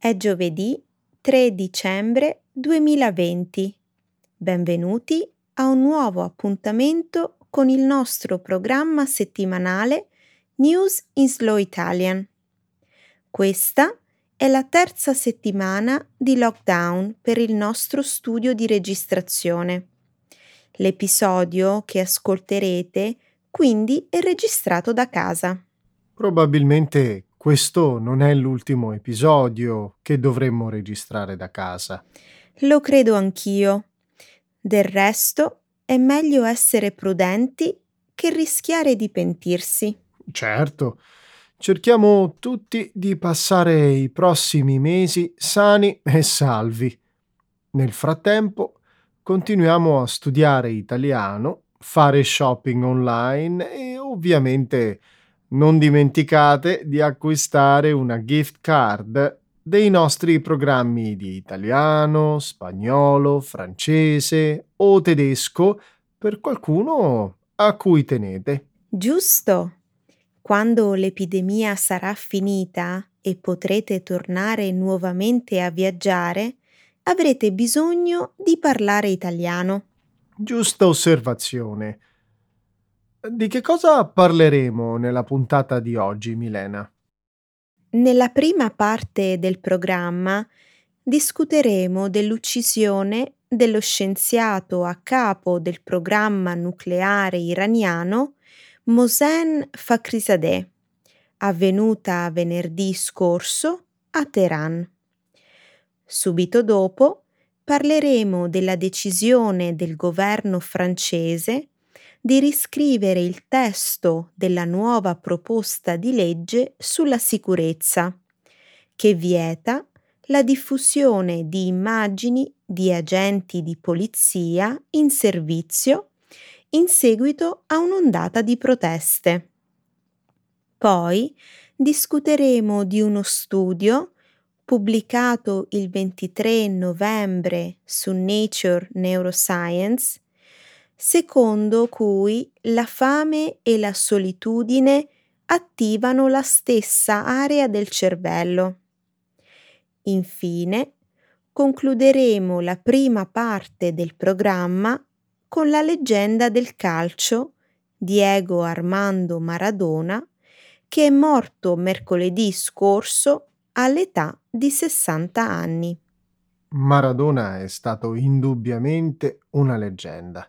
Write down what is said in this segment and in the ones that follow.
È giovedì 3 dicembre 2020. Benvenuti a un nuovo appuntamento con il nostro programma settimanale News in Slow Italian. Questa è la terza settimana di lockdown per il nostro studio di registrazione. L'episodio che ascolterete quindi è registrato da casa. Probabilmente questo non è l'ultimo episodio che dovremmo registrare da casa. Lo credo anch'io. Del resto, è meglio essere prudenti che rischiare di pentirsi. Certo, cerchiamo tutti di passare i prossimi mesi sani e salvi. Nel frattempo, continuiamo a studiare italiano, fare shopping online e ovviamente non dimenticate di acquistare una gift card dei nostri programmi di italiano, spagnolo, francese o tedesco per qualcuno a cui tenete. Giusto? Quando l'epidemia sarà finita e potrete tornare nuovamente a viaggiare, avrete bisogno di parlare italiano. Giusta osservazione. Di che cosa parleremo nella puntata di oggi, Milena? Nella prima parte del programma discuteremo dell'uccisione dello scienziato a capo del programma nucleare iraniano Mohsen Fakhrizadeh, avvenuta venerdì scorso a Teheran. Subito dopo parleremo della decisione del governo francese di riscrivere il testo della nuova proposta di legge sulla sicurezza, che vieta la diffusione di immagini di agenti di polizia in servizio in seguito a un'ondata di proteste. Poi discuteremo di uno studio pubblicato il 23 novembre su Nature Neuroscience, secondo cui la fame e la solitudine attivano la stessa area del cervello. Infine, concluderemo la prima parte del programma con la leggenda del calcio Diego Armando Maradona, che è morto mercoledì scorso all'età di 60 anni. Maradona è stato indubbiamente una leggenda.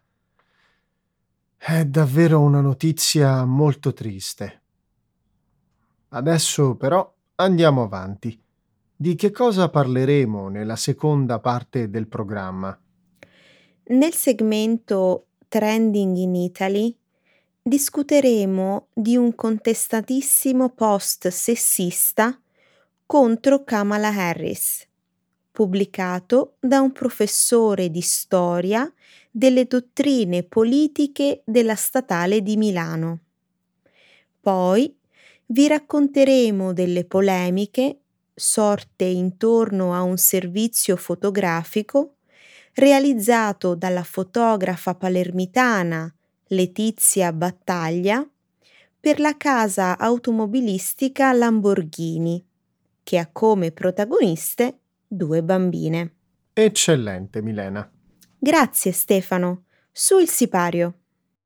È davvero una notizia molto triste. Adesso però andiamo avanti. Di che cosa parleremo nella seconda parte del programma? Nel segmento Trending in Italy discuteremo di un contestatissimo post sessista contro Kamala Harris, pubblicato da un professore di storia delle dottrine politiche della Statale di Milano. Poi vi racconteremo delle polemiche sorte intorno a un servizio fotografico realizzato dalla fotografa palermitana Letizia Battaglia per la casa automobilistica Lamborghini, che ha come protagoniste 2 bambine. Eccellente, Milena. Grazie Stefano. Su il sipario.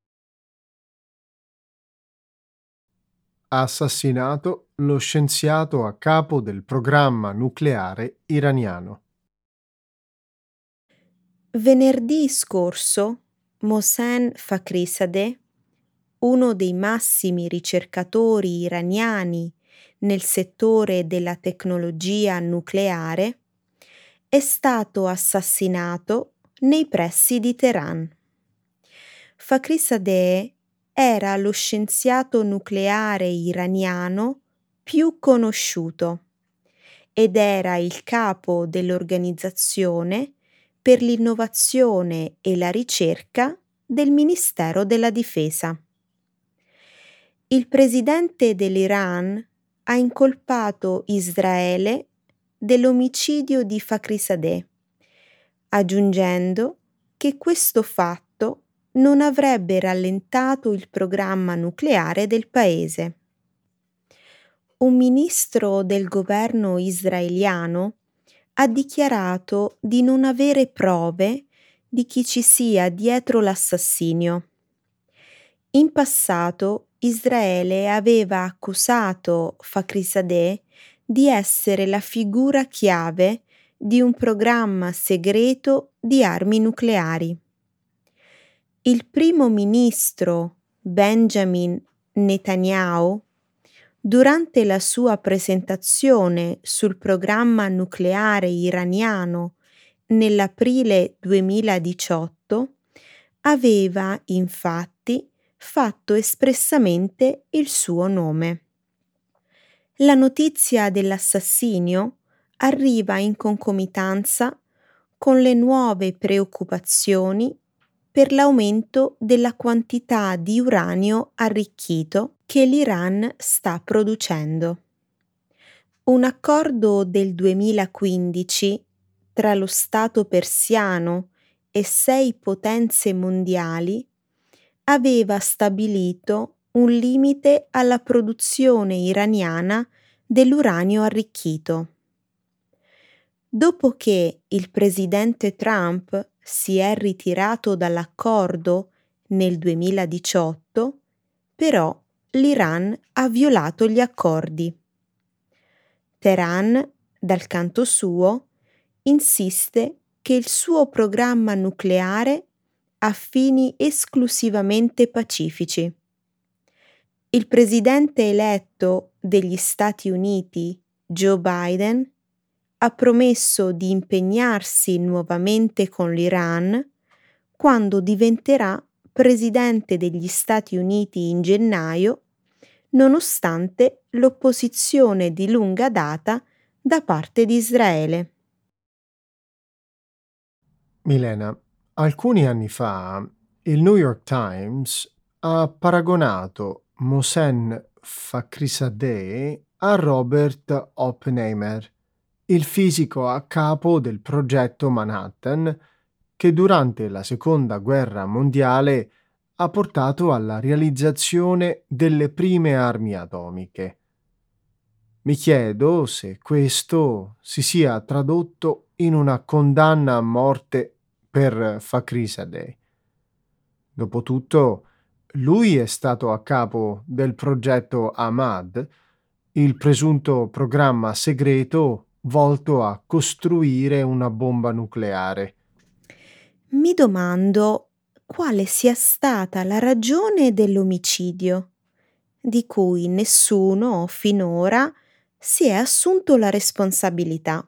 Ha assassinato lo scienziato a capo del programma nucleare iraniano. Venerdì scorso Mohsen Fakhrizadeh, uno dei massimi ricercatori iraniani nel settore della tecnologia nucleare, è stato assassinato nei pressi di Teheran. Fakhrizadeh era lo scienziato nucleare iraniano più conosciuto ed era il capo dell'Organizzazione per l'innovazione e la ricerca del Ministero della Difesa. Il presidente dell'Iran ha incolpato Israele dell'omicidio di Fakhrizadeh, aggiungendo che questo fatto non avrebbe rallentato il programma nucleare del paese. Un ministro del governo israeliano ha dichiarato di non avere prove di chi ci sia dietro l'assassinio. In passato Israele aveva accusato Fakhrizadeh di essere la figura chiave di un programma segreto di armi nucleari. Il primo ministro Benjamin Netanyahu, durante la sua presentazione sul programma nucleare iraniano nell'aprile 2018, aveva infatti fatto espressamente il suo nome. La notizia dell'assassinio arriva in concomitanza con le nuove preoccupazioni per l'aumento della quantità di uranio arricchito che l'Iran sta producendo. Un accordo del 2015 tra lo Stato persiano e 6 potenze mondiali aveva stabilito un limite alla produzione iraniana dell'uranio arricchito. Dopo che il presidente Trump si è ritirato dall'accordo nel 2018, però l'Iran ha violato gli accordi. Teheran, dal canto suo, insiste che il suo programma nucleare ha fini esclusivamente pacifici. Il presidente eletto degli Stati Uniti, Joe Biden, ha promesso di impegnarsi nuovamente con l'Iran quando diventerà presidente degli Stati Uniti in gennaio, nonostante l'opposizione di lunga data da parte di Israele. Milena, alcuni anni fa il New York Times ha paragonato Mohsen Fakhrizadeh a Robert Oppenheimer, il fisico a capo del progetto Manhattan che durante la Seconda Guerra Mondiale ha portato alla realizzazione delle prime armi atomiche. Mi chiedo se questo si sia tradotto in una condanna a morte per Fakhrizadeh. Dopotutto, lui è stato a capo del progetto Ahmad, il presunto programma segreto volto a costruire una bomba nucleare. Mi domando quale sia stata la ragione dell'omicidio, di cui nessuno finora si è assunto la responsabilità.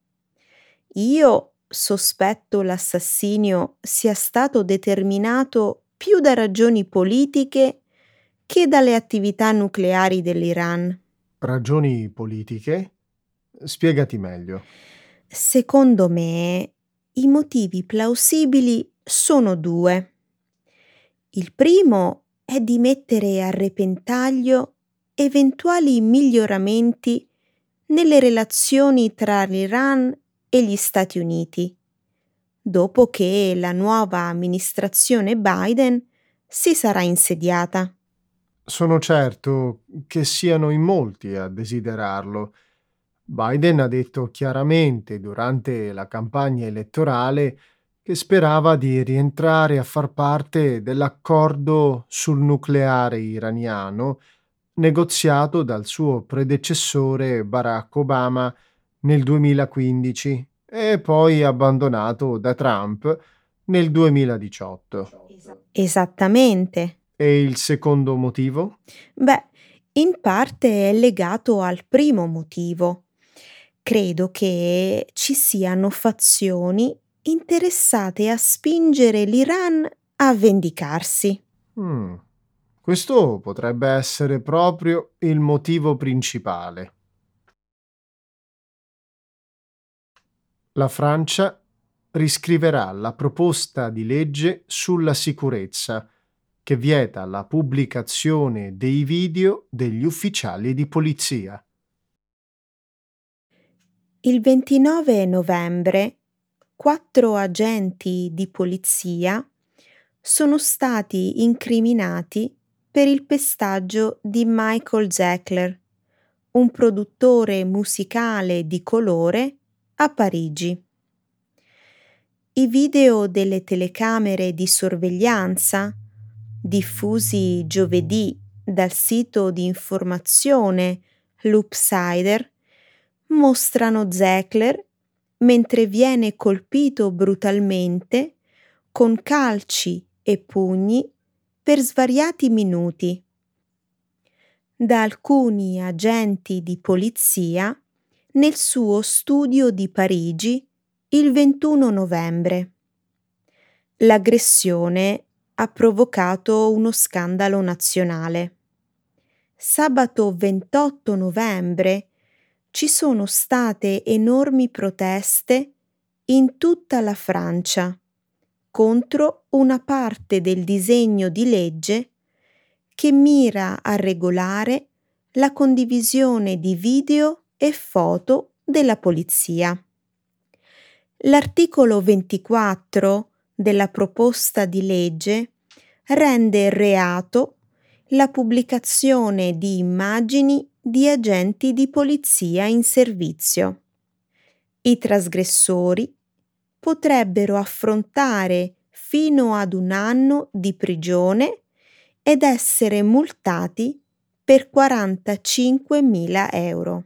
Io sospetto l'assassinio sia stato determinato più da ragioni politiche che dalle attività nucleari dell'Iran. Ragioni politiche? Spiegati meglio. Secondo me, i motivi plausibili sono due. Il primo è di mettere a repentaglio eventuali miglioramenti nelle relazioni tra l'Iran e gli Stati Uniti, dopo che la nuova amministrazione Biden si sarà insediata. Sono certo che siano in molti a desiderarlo. Biden ha detto chiaramente durante la campagna elettorale che sperava di rientrare a far parte dell'accordo sul nucleare iraniano negoziato dal suo predecessore Barack Obama nel 2015 e poi abbandonato da Trump nel 2018. Esattamente. E il secondo motivo? Beh, in parte è legato al primo motivo. Credo che ci siano fazioni interessate a spingere l'Iran a vendicarsi. Mm, questo potrebbe essere proprio il motivo principale. La Francia riscriverà la proposta di legge sulla sicurezza che vieta la pubblicazione dei video degli ufficiali di polizia. Il 29 novembre 4 agenti di polizia sono stati incriminati per il pestaggio di Michael Zechler, un produttore musicale di colore a Parigi. I video delle telecamere di sorveglianza, diffusi giovedì dal sito di informazione Loopsider, mostrano Zecler mentre viene colpito brutalmente con calci e pugni per svariati minuti da alcuni agenti di polizia nel suo studio di Parigi il 21 novembre. L'aggressione ha provocato uno scandalo nazionale. Sabato 28 novembre ci sono state enormi proteste in tutta la Francia contro una parte del disegno di legge che mira a regolare la condivisione di video e foto della polizia. L'articolo 24 della proposta di legge rende reato la pubblicazione di immagini di agenti di polizia in servizio. I trasgressori potrebbero affrontare fino ad 1 anno di prigione ed essere multati per 45.000 euro.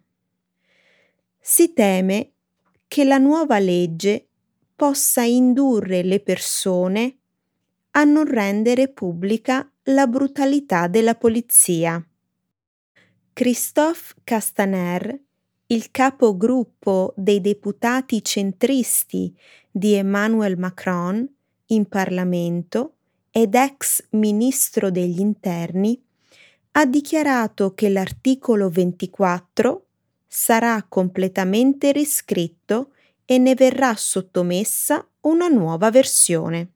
Si teme che la nuova legge possa indurre le persone a non rendere pubblica la brutalità della polizia. Christophe Castaner, il capogruppo dei deputati centristi di Emmanuel Macron in Parlamento ed ex ministro degli interni, ha dichiarato che l'articolo 24 sarà completamente riscritto e ne verrà sottomessa una nuova versione.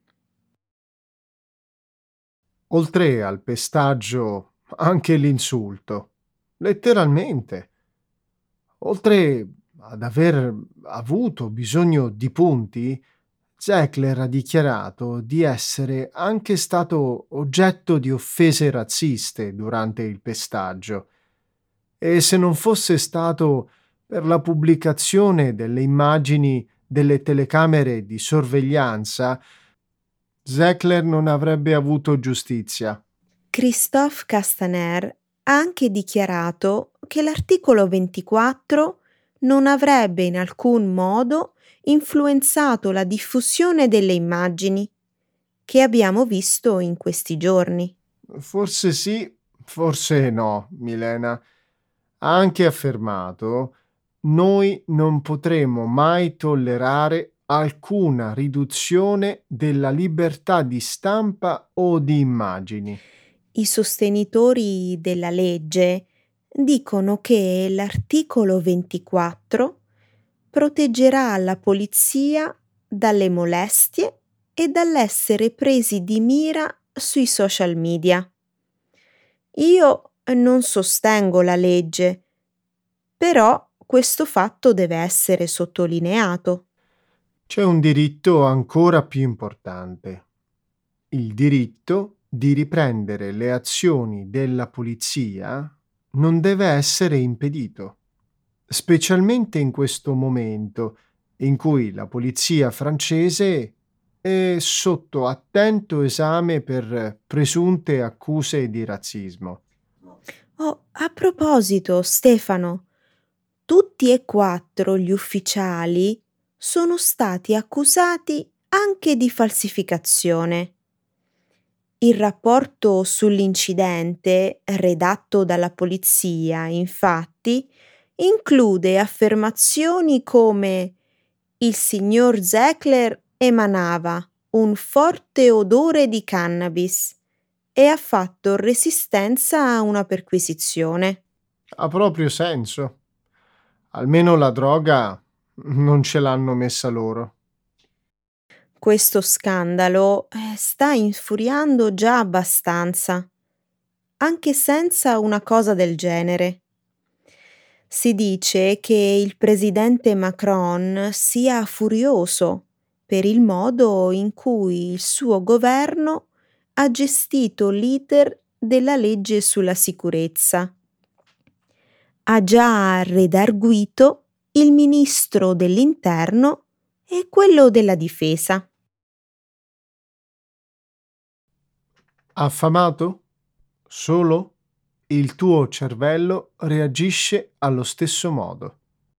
Oltre al pestaggio, anche l'insulto. Letteralmente. Oltre ad aver avuto bisogno di punti, Zecler ha dichiarato di essere anche stato oggetto di offese razziste durante il pestaggio. E se non fosse stato per la pubblicazione delle immagini delle telecamere di sorveglianza, Zecler non avrebbe avuto giustizia. Christophe Castaner ha anche dichiarato che l'articolo 24 non avrebbe in alcun modo influenzato la diffusione delle immagini che abbiamo visto in questi giorni. Forse sì, forse no, Milena. Ha anche affermato: noi non potremo mai tollerare alcuna riduzione della libertà di stampa o di immagini. I sostenitori della legge dicono che l'articolo 24 proteggerà la polizia dalle molestie e dall'essere presi di mira sui social media. Io non sostengo la legge, però questo fatto deve essere sottolineato. C'è un diritto ancora più importante: il diritto di riprendere le azioni della polizia non deve essere impedito, specialmente in questo momento in cui la polizia francese è sotto attento esame per presunte accuse di razzismo. Oh, a proposito, Stefano, tutti e 4 gli ufficiali sono stati accusati anche di falsificazione. Il rapporto sull'incidente, redatto dalla polizia, infatti, include affermazioni come il signor Zecler emanava un forte odore di cannabis e ha fatto resistenza a una perquisizione. Ha proprio senso. Almeno la droga non ce l'hanno messa loro. Questo scandalo sta infuriando già abbastanza, anche senza una cosa del genere. Si dice che il presidente Macron sia furioso per il modo in cui il suo governo ha gestito l'iter della legge sulla sicurezza. Ha già redarguito il ministro dell'Interno e quello della Difesa. Affamato? Solo? Il tuo cervello reagisce allo stesso modo.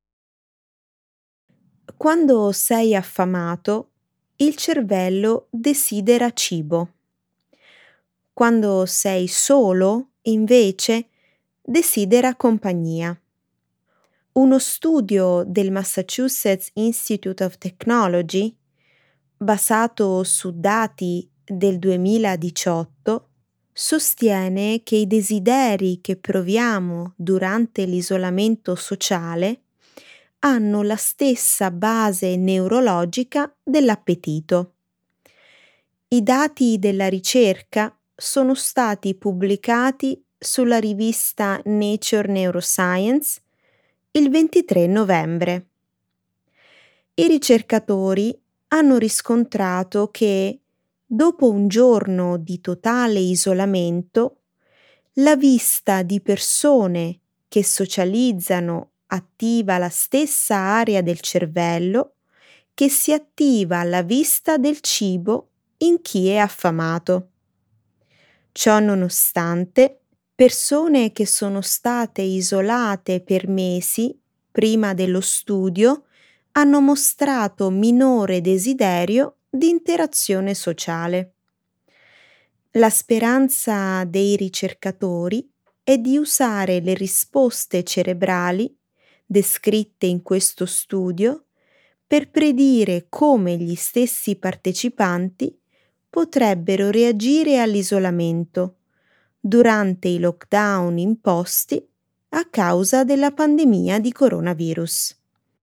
Quando sei affamato, il cervello desidera cibo. Quando sei solo, invece, desidera compagnia. Uno studio del Massachusetts Institute of Technology, basato su dati del 2018, sostiene che i desideri che proviamo durante l'isolamento sociale hanno la stessa base neurologica dell'appetito. I dati della ricerca sono stati pubblicati sulla rivista Nature Neuroscience il 23 novembre. I ricercatori hanno riscontrato che, dopo un giorno di totale isolamento, la vista di persone che socializzano attiva la stessa area del cervello che si attiva alla vista del cibo in chi è affamato. Ciò nonostante, persone che sono state isolate per mesi prima dello studio hanno mostrato minore desiderio di interazione sociale. La speranza dei ricercatori è di usare le risposte cerebrali descritte in questo studio per predire come gli stessi partecipanti potrebbero reagire all'isolamento durante i lockdown imposti a causa della pandemia di coronavirus.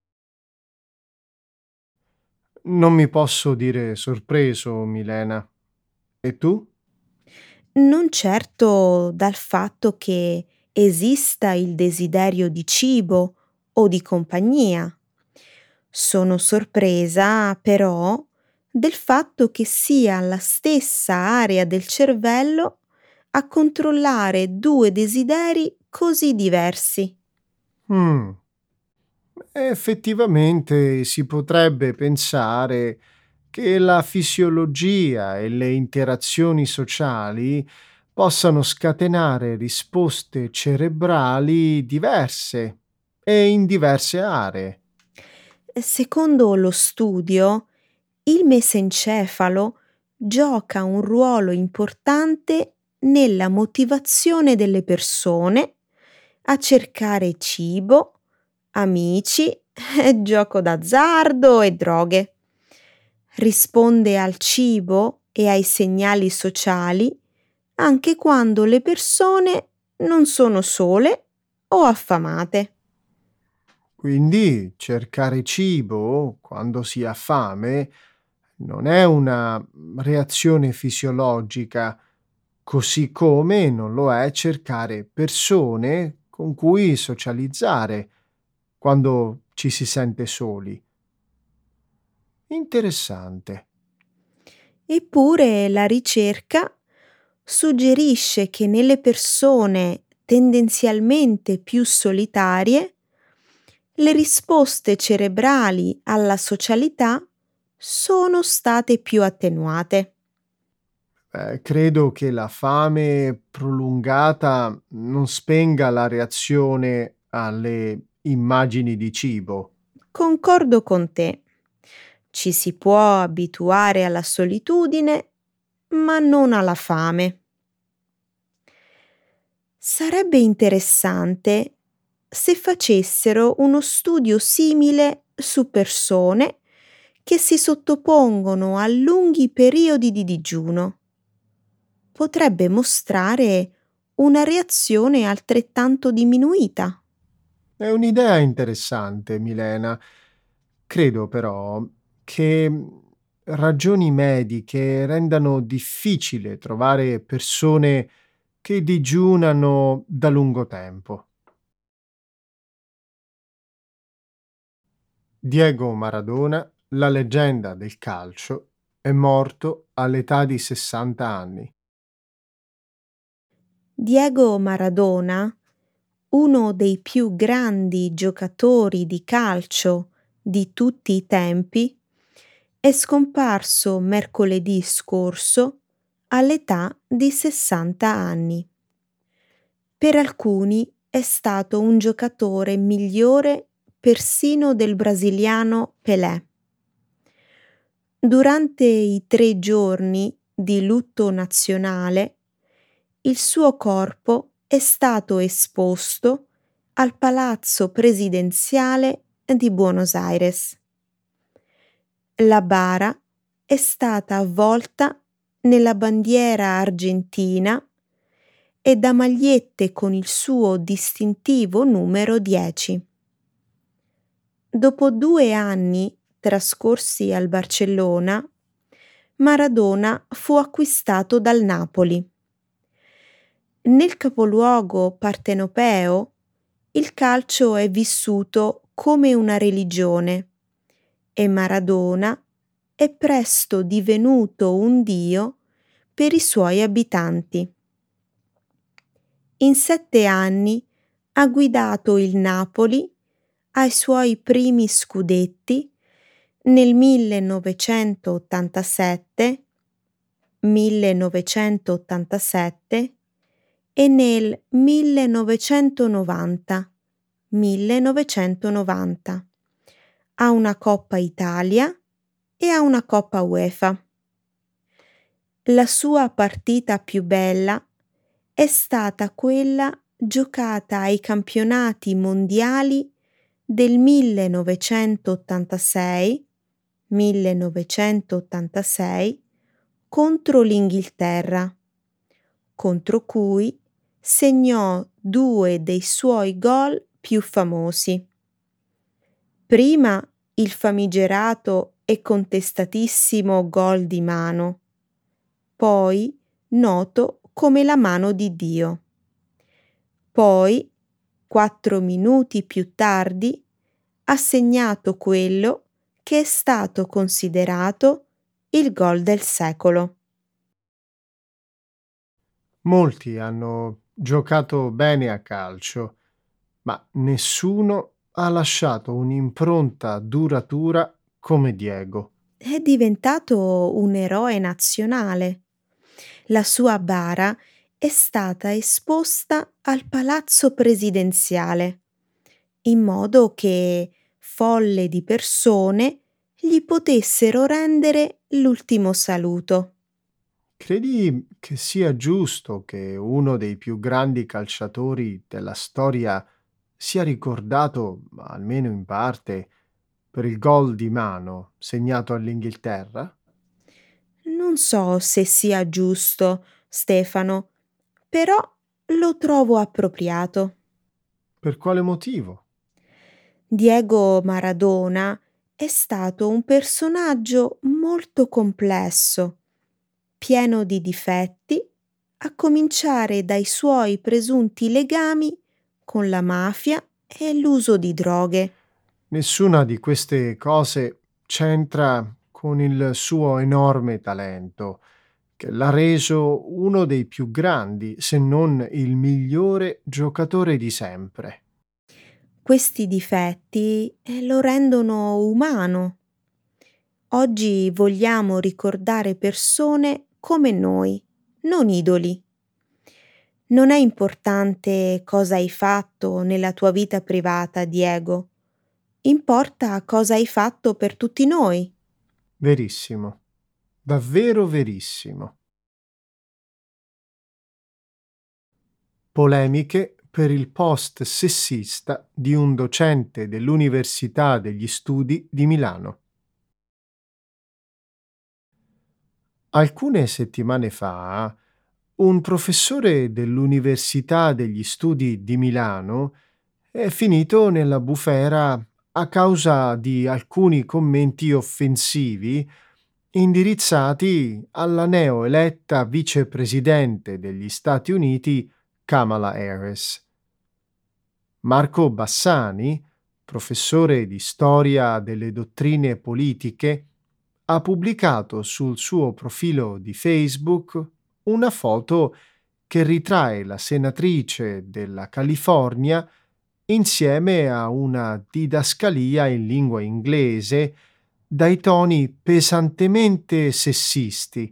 Non mi posso dire sorpreso, Milena. E tu? Non certo dal fatto che esista il desiderio di cibo o di compagnia. Sono sorpresa però del fatto che sia la stessa area del cervello a controllare due desideri così diversi. Mm, Effettivamente si potrebbe pensare che la fisiologia e le interazioni sociali possano scatenare risposte cerebrali diverse e in diverse aree. Secondo lo studio, il mesencefalo gioca un ruolo importante nella motivazione delle persone a cercare cibo, amici, gioco d'azzardo e droghe. Risponde al cibo e ai segnali sociali anche quando le persone non sono sole o affamate. Quindi cercare cibo quando si ha fame non è una reazione fisiologica, così come non lo è cercare persone con cui socializzare quando ci si sente soli. Interessante. Eppure la ricerca suggerisce che nelle persone tendenzialmente più solitarie le risposte cerebrali alla socialità sono state più attenuate. Credo che la fame prolungata non spenga la reazione alle immagini di cibo. Concordo con te. Ci si può abituare alla solitudine, ma non alla fame. Sarebbe interessante se facessero uno studio simile su persone che si sottopongono a lunghi periodi di digiuno. Potrebbe mostrare una reazione altrettanto diminuita. È un'idea interessante, Milena. Credo però che ragioni mediche rendano difficile trovare persone che digiunano da lungo tempo. Diego Maradona, la leggenda del calcio, è morto all'età di 60 anni. Diego Maradona, uno dei più grandi giocatori di calcio di tutti i tempi, è scomparso mercoledì scorso all'età di 60 anni. Per alcuni è stato un giocatore migliore persino del brasiliano Pelé. Durante i 3 giorni di lutto nazionale, il suo corpo è stato esposto al Palazzo Presidenziale di Buenos Aires. La bara è stata avvolta nella bandiera argentina e da magliette con il suo distintivo numero 10. Dopo 2 anni trascorsi al Barcellona, Maradona fu acquistato dal Napoli. Nel capoluogo partenopeo il calcio è vissuto come una religione e Maradona è presto divenuto un dio per i suoi abitanti. In 7 anni ha guidato il Napoli ai suoi primi scudetti nel 1987, 1987 e nel 1990. Ha una Coppa Italia e ha una Coppa UEFA. La sua partita più bella è stata quella giocata ai campionati mondiali del 1986 contro l'Inghilterra, contro cui segnò 2 dei suoi gol più famosi. Prima il famigerato e contestatissimo gol di mano, poi noto come la mano di Dio. Poi, 4 minuti più tardi, ha segnato quello che è stato considerato il gol del secolo. Molti hanno giocato bene a calcio, ma nessuno ha lasciato un'impronta duratura come Diego. È diventato un eroe nazionale. La sua bara è stata esposta al Palazzo Presidenziale, in modo che folle di persone gli potessero rendere l'ultimo saluto. Credi che sia giusto che uno dei più grandi calciatori della storia sia ricordato, almeno in parte, per il gol di mano segnato all'Inghilterra? Non so se sia giusto, Stefano, però lo trovo appropriato. Per quale motivo? Diego Maradona è stato un personaggio molto complesso, pieno di difetti, a cominciare dai suoi presunti legami con la mafia e l'uso di droghe. Nessuna di queste cose c'entra con il suo enorme talento, che l'ha reso uno dei più grandi, se non il migliore giocatore di sempre. Questi difetti lo rendono umano. Oggi vogliamo ricordare persone come noi, non idoli. Non è importante cosa hai fatto nella tua vita privata, Diego. Importa cosa hai fatto per tutti noi. Verissimo, davvero verissimo. Polemiche per il post sessista di un docente dell'Università degli Studi di Milano. Alcune settimane fa, un professore dell'Università degli Studi di Milano è finito nella bufera a causa di alcuni commenti offensivi indirizzati alla neoeletta vicepresidente degli Stati Uniti Kamala Harris. Marco Bassani, professore di storia delle dottrine politiche, ha pubblicato sul suo profilo di Facebook una foto che ritrae la senatrice della California insieme a una didascalia in lingua inglese dai toni pesantemente sessisti.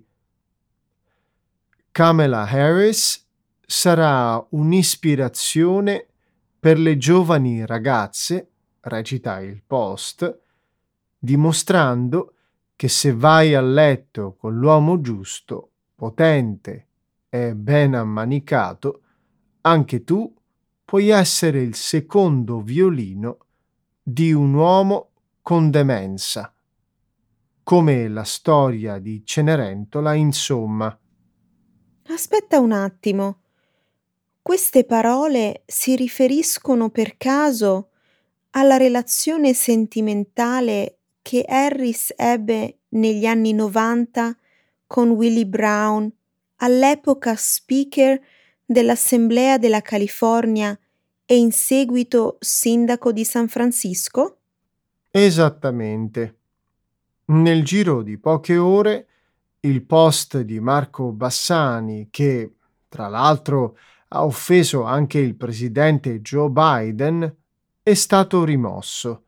Kamala Harris sarà un'ispirazione per le giovani ragazze, recita il Post, dimostrando che se vai a letto con l'uomo giusto, potente e ben ammanicato, anche tu puoi essere il secondo violino di un uomo con demenza. Come la storia di Cenerentola, insomma. Aspetta un attimo. Queste parole si riferiscono per caso alla relazione sentimentale che Harris ebbe negli anni 90 con Willie Brown, all'epoca speaker dell'Assemblea della California e in seguito sindaco di San Francisco? Esattamente. Nel giro di poche ore il post di Marco Bassani, che tra l'altro ha offeso anche il presidente Joe Biden, è stato rimosso.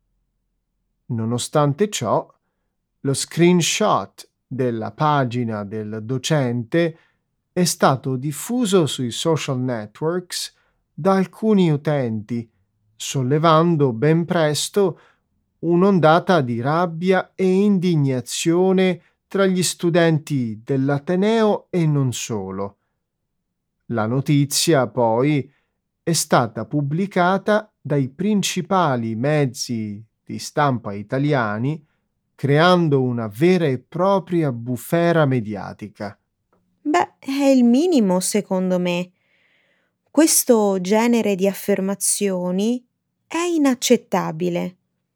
Nonostante ciò, lo screenshot della pagina del docente è stato diffuso sui social networks da alcuni utenti, sollevando ben presto un'ondata di rabbia e indignazione tra gli studenti dell'Ateneo e non solo. La notizia, poi, è stata pubblicata dai principali mezzi di stampa italiani, creando una vera e propria bufera mediatica. Beh, è il minimo secondo me. Questo genere di affermazioni è inaccettabile,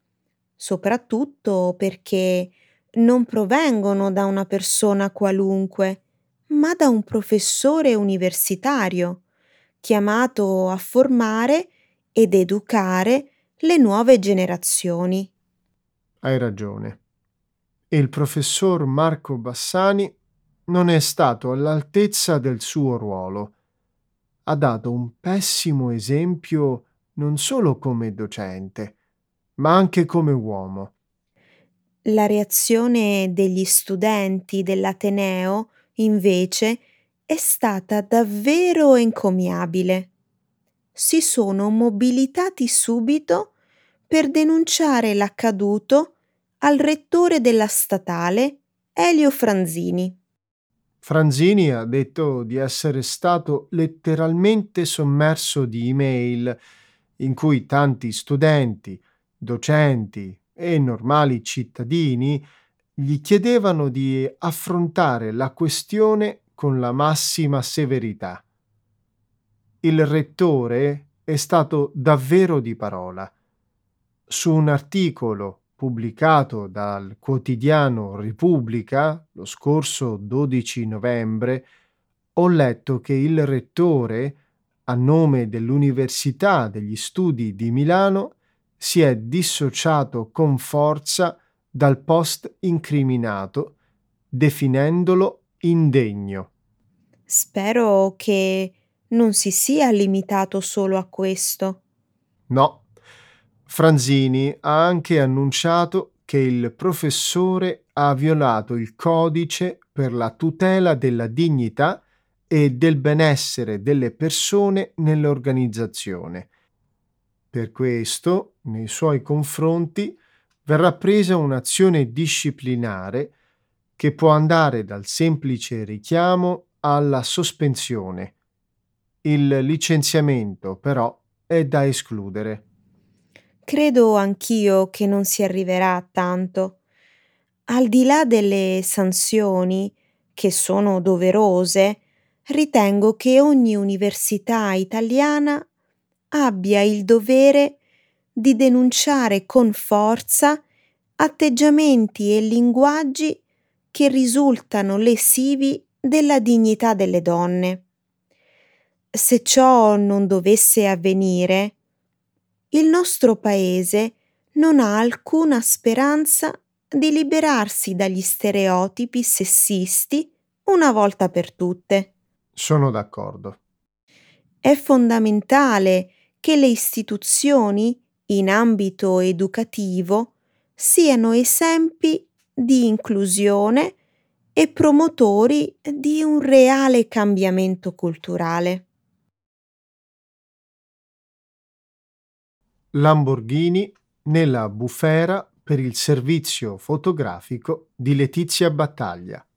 soprattutto perché non provengono da una persona qualunque, ma da un professore universitario chiamato a formare ed educare le nuove generazioni. Hai ragione. Il professor Marco Bassani non è stato all'altezza del suo ruolo. Ha dato un pessimo esempio non solo come docente, ma anche come uomo. La reazione degli studenti dell'Ateneo, invece, è stata davvero encomiabile. Si sono mobilitati subito per denunciare l'accaduto al rettore della statale, Elio Franzini. Franzini ha detto di essere stato letteralmente sommerso di email in cui tanti studenti, docenti e normali cittadini gli chiedevano di affrontare la questione con la massima severità. Il rettore è stato davvero di parola. Su un articolo pubblicato dal quotidiano Repubblica lo scorso 12 novembre, ho letto che il rettore, a nome dell'Università degli Studi di Milano, si è dissociato con forza dal post incriminato, definendolo indegno. Spero che non si sia limitato solo a questo. No, Franzini ha anche annunciato che il professore ha violato il codice per la tutela della dignità e del benessere delle persone nell'organizzazione. Per questo, nei suoi confronti, verrà presa un'azione disciplinare che può andare dal semplice richiamo alla sospensione. Il licenziamento, però, è da escludere. Credo anch'io che non si arriverà a tanto. Al di là delle sanzioni, che sono doverose, ritengo che ogni università italiana abbia il dovere di denunciare con forza atteggiamenti e linguaggi che risultano lesivi della dignità delle donne. Se ciò non dovesse avvenire, il nostro paese non ha alcuna speranza di liberarsi dagli stereotipi sessisti una volta per tutte. Sono d'accordo. È fondamentale che le istituzioni in ambito educativo siano esempi di inclusione e promotori di un reale cambiamento culturale. Lamborghini nella bufera per il servizio fotografico di Letizia Battaglia.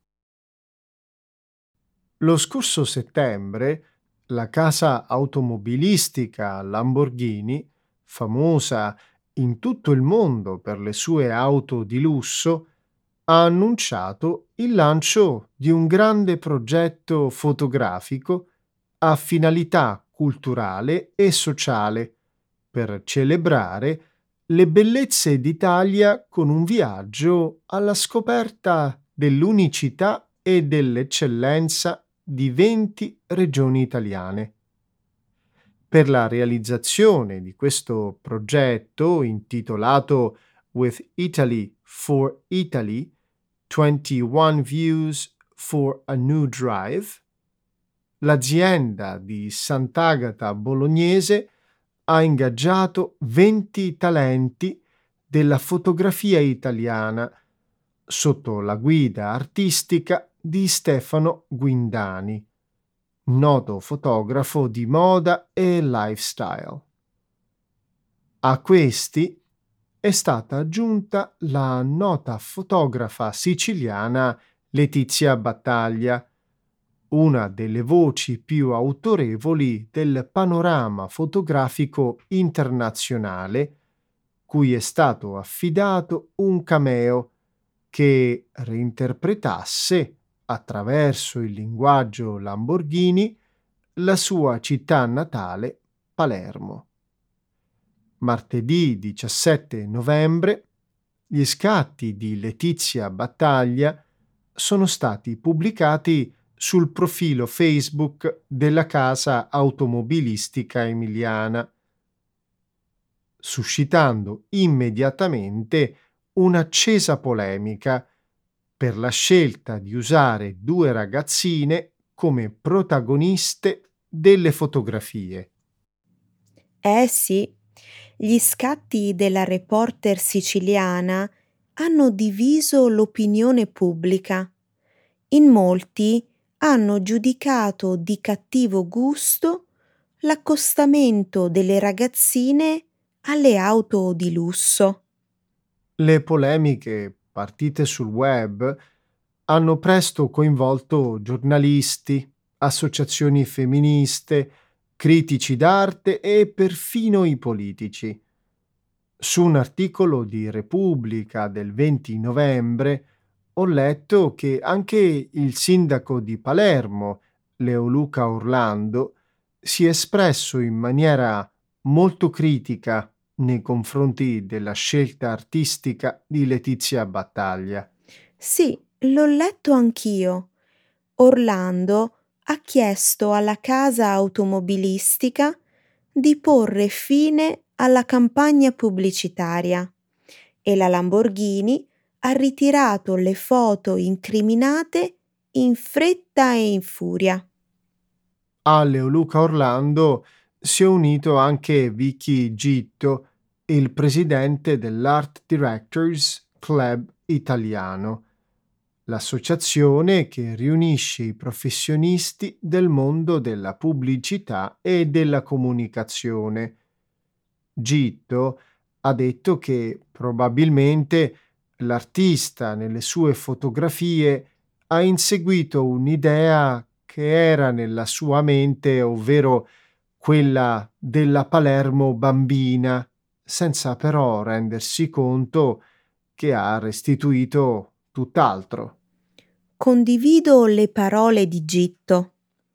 Lo scorso settembre la casa automobilistica Lamborghini, famosa in tutto il mondo per le sue auto di lusso, ha annunciato il lancio di un grande progetto fotografico a finalità culturale e sociale per celebrare le bellezze d'Italia con un viaggio alla scoperta dell'unicità e dell'eccellenza di 20 regioni italiane. Per la realizzazione di questo progetto intitolato With Italy for Italy, 21 Views for a New Drive, l'azienda di Sant'Agata Bolognese ha ingaggiato 20 talenti della fotografia italiana sotto la guida artistica di Stefano Guindani, noto fotografo di moda e lifestyle. A questi è stata aggiunta la nota fotografa siciliana Letizia Battaglia, una delle voci più autorevoli del panorama fotografico internazionale, cui è stato affidato un cameo che reinterpretasse, attraverso il linguaggio Lamborghini, la sua città natale, Palermo. Martedì 17 novembre, gli scatti di Letizia Battaglia sono stati pubblicati sul profilo Facebook della casa automobilistica emiliana, suscitando immediatamente un'accesa polemica per la scelta di usare due ragazzine come protagoniste delle fotografie. Eh sì, gli scatti della reporter siciliana hanno diviso l'opinione pubblica. In molti hanno giudicato di cattivo gusto l'accostamento delle ragazzine alle auto di lusso. Le polemiche partite sul web hanno presto coinvolto giornalisti, associazioni femministe, critici d'arte e perfino i politici. Su un articolo di Repubblica del 20 novembre ho letto che anche il sindaco di Palermo, Leoluca Orlando, si è espresso in maniera molto critica nei confronti della scelta artistica di Letizia Battaglia. Sì, l'ho letto anch'io. Orlando ha chiesto alla casa automobilistica di porre fine alla campagna pubblicitaria e la Lamborghini ha ritirato le foto incriminate in fretta e in furia. A Leoluca Orlando si è unito anche Vicky Gitto, il presidente dell'Art Directors Club Italiano, l'associazione che riunisce i professionisti del mondo della pubblicità e della comunicazione. Gitto ha detto che probabilmente l'artista nelle sue fotografie ha inseguito un'idea che era nella sua mente, ovvero quella della Palermo bambina, senza però rendersi conto che ha restituito tutt'altro. Condivido le parole di Gitto.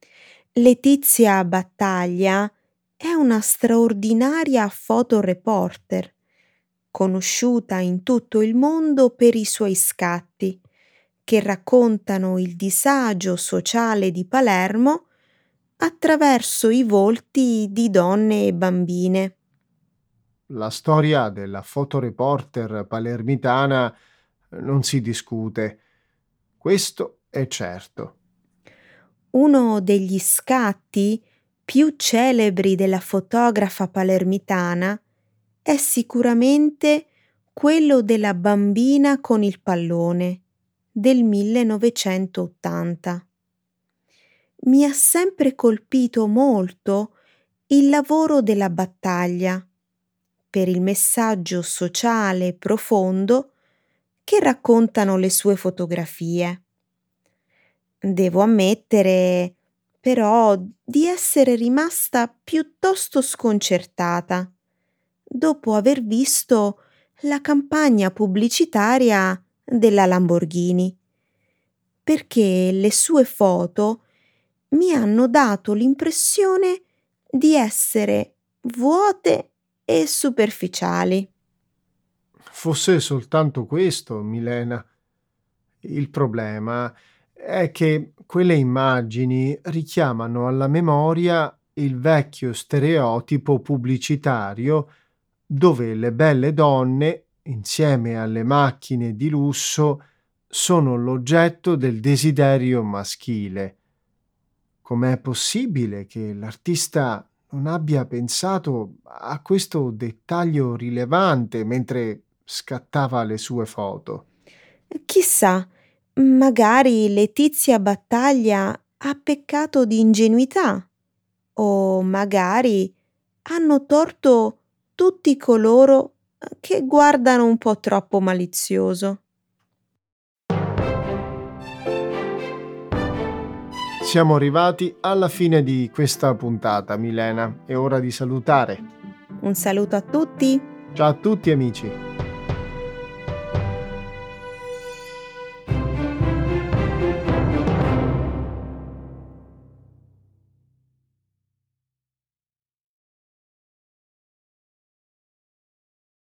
Letizia Battaglia è una straordinaria fotoreporter, conosciuta in tutto il mondo per i suoi scatti, che raccontano il disagio sociale di Palermo attraverso i volti di donne e bambine. La storia della fotoreporter palermitana non si discute, questo è certo. Uno degli scatti più celebri della fotografa palermitana è sicuramente quello della bambina con il pallone del 1980. Mi ha sempre colpito molto il lavoro della battaglia per il messaggio sociale profondo che raccontano le sue fotografie. Devo ammettere, però, di essere rimasta piuttosto sconcertata dopo aver visto la campagna pubblicitaria della Lamborghini, perché le sue foto mi hanno dato l'impressione di essere vuote e superficiali. Fosse soltanto questo, Milena. Il problema è che quelle immagini richiamano alla memoria il vecchio stereotipo pubblicitario dove le belle donne, insieme alle macchine di lusso, sono l'oggetto del desiderio maschile. Com'è possibile che l'artista non abbia pensato a questo dettaglio rilevante mentre scattava le sue foto? Chissà, magari Letizia Battaglia ha peccato di ingenuità, o magari hanno torto tutti coloro che guardano un po' troppo malizioso. Siamo arrivati alla fine di questa puntata, Milena. È ora di salutare. Un saluto a tutti! Ciao a tutti amici.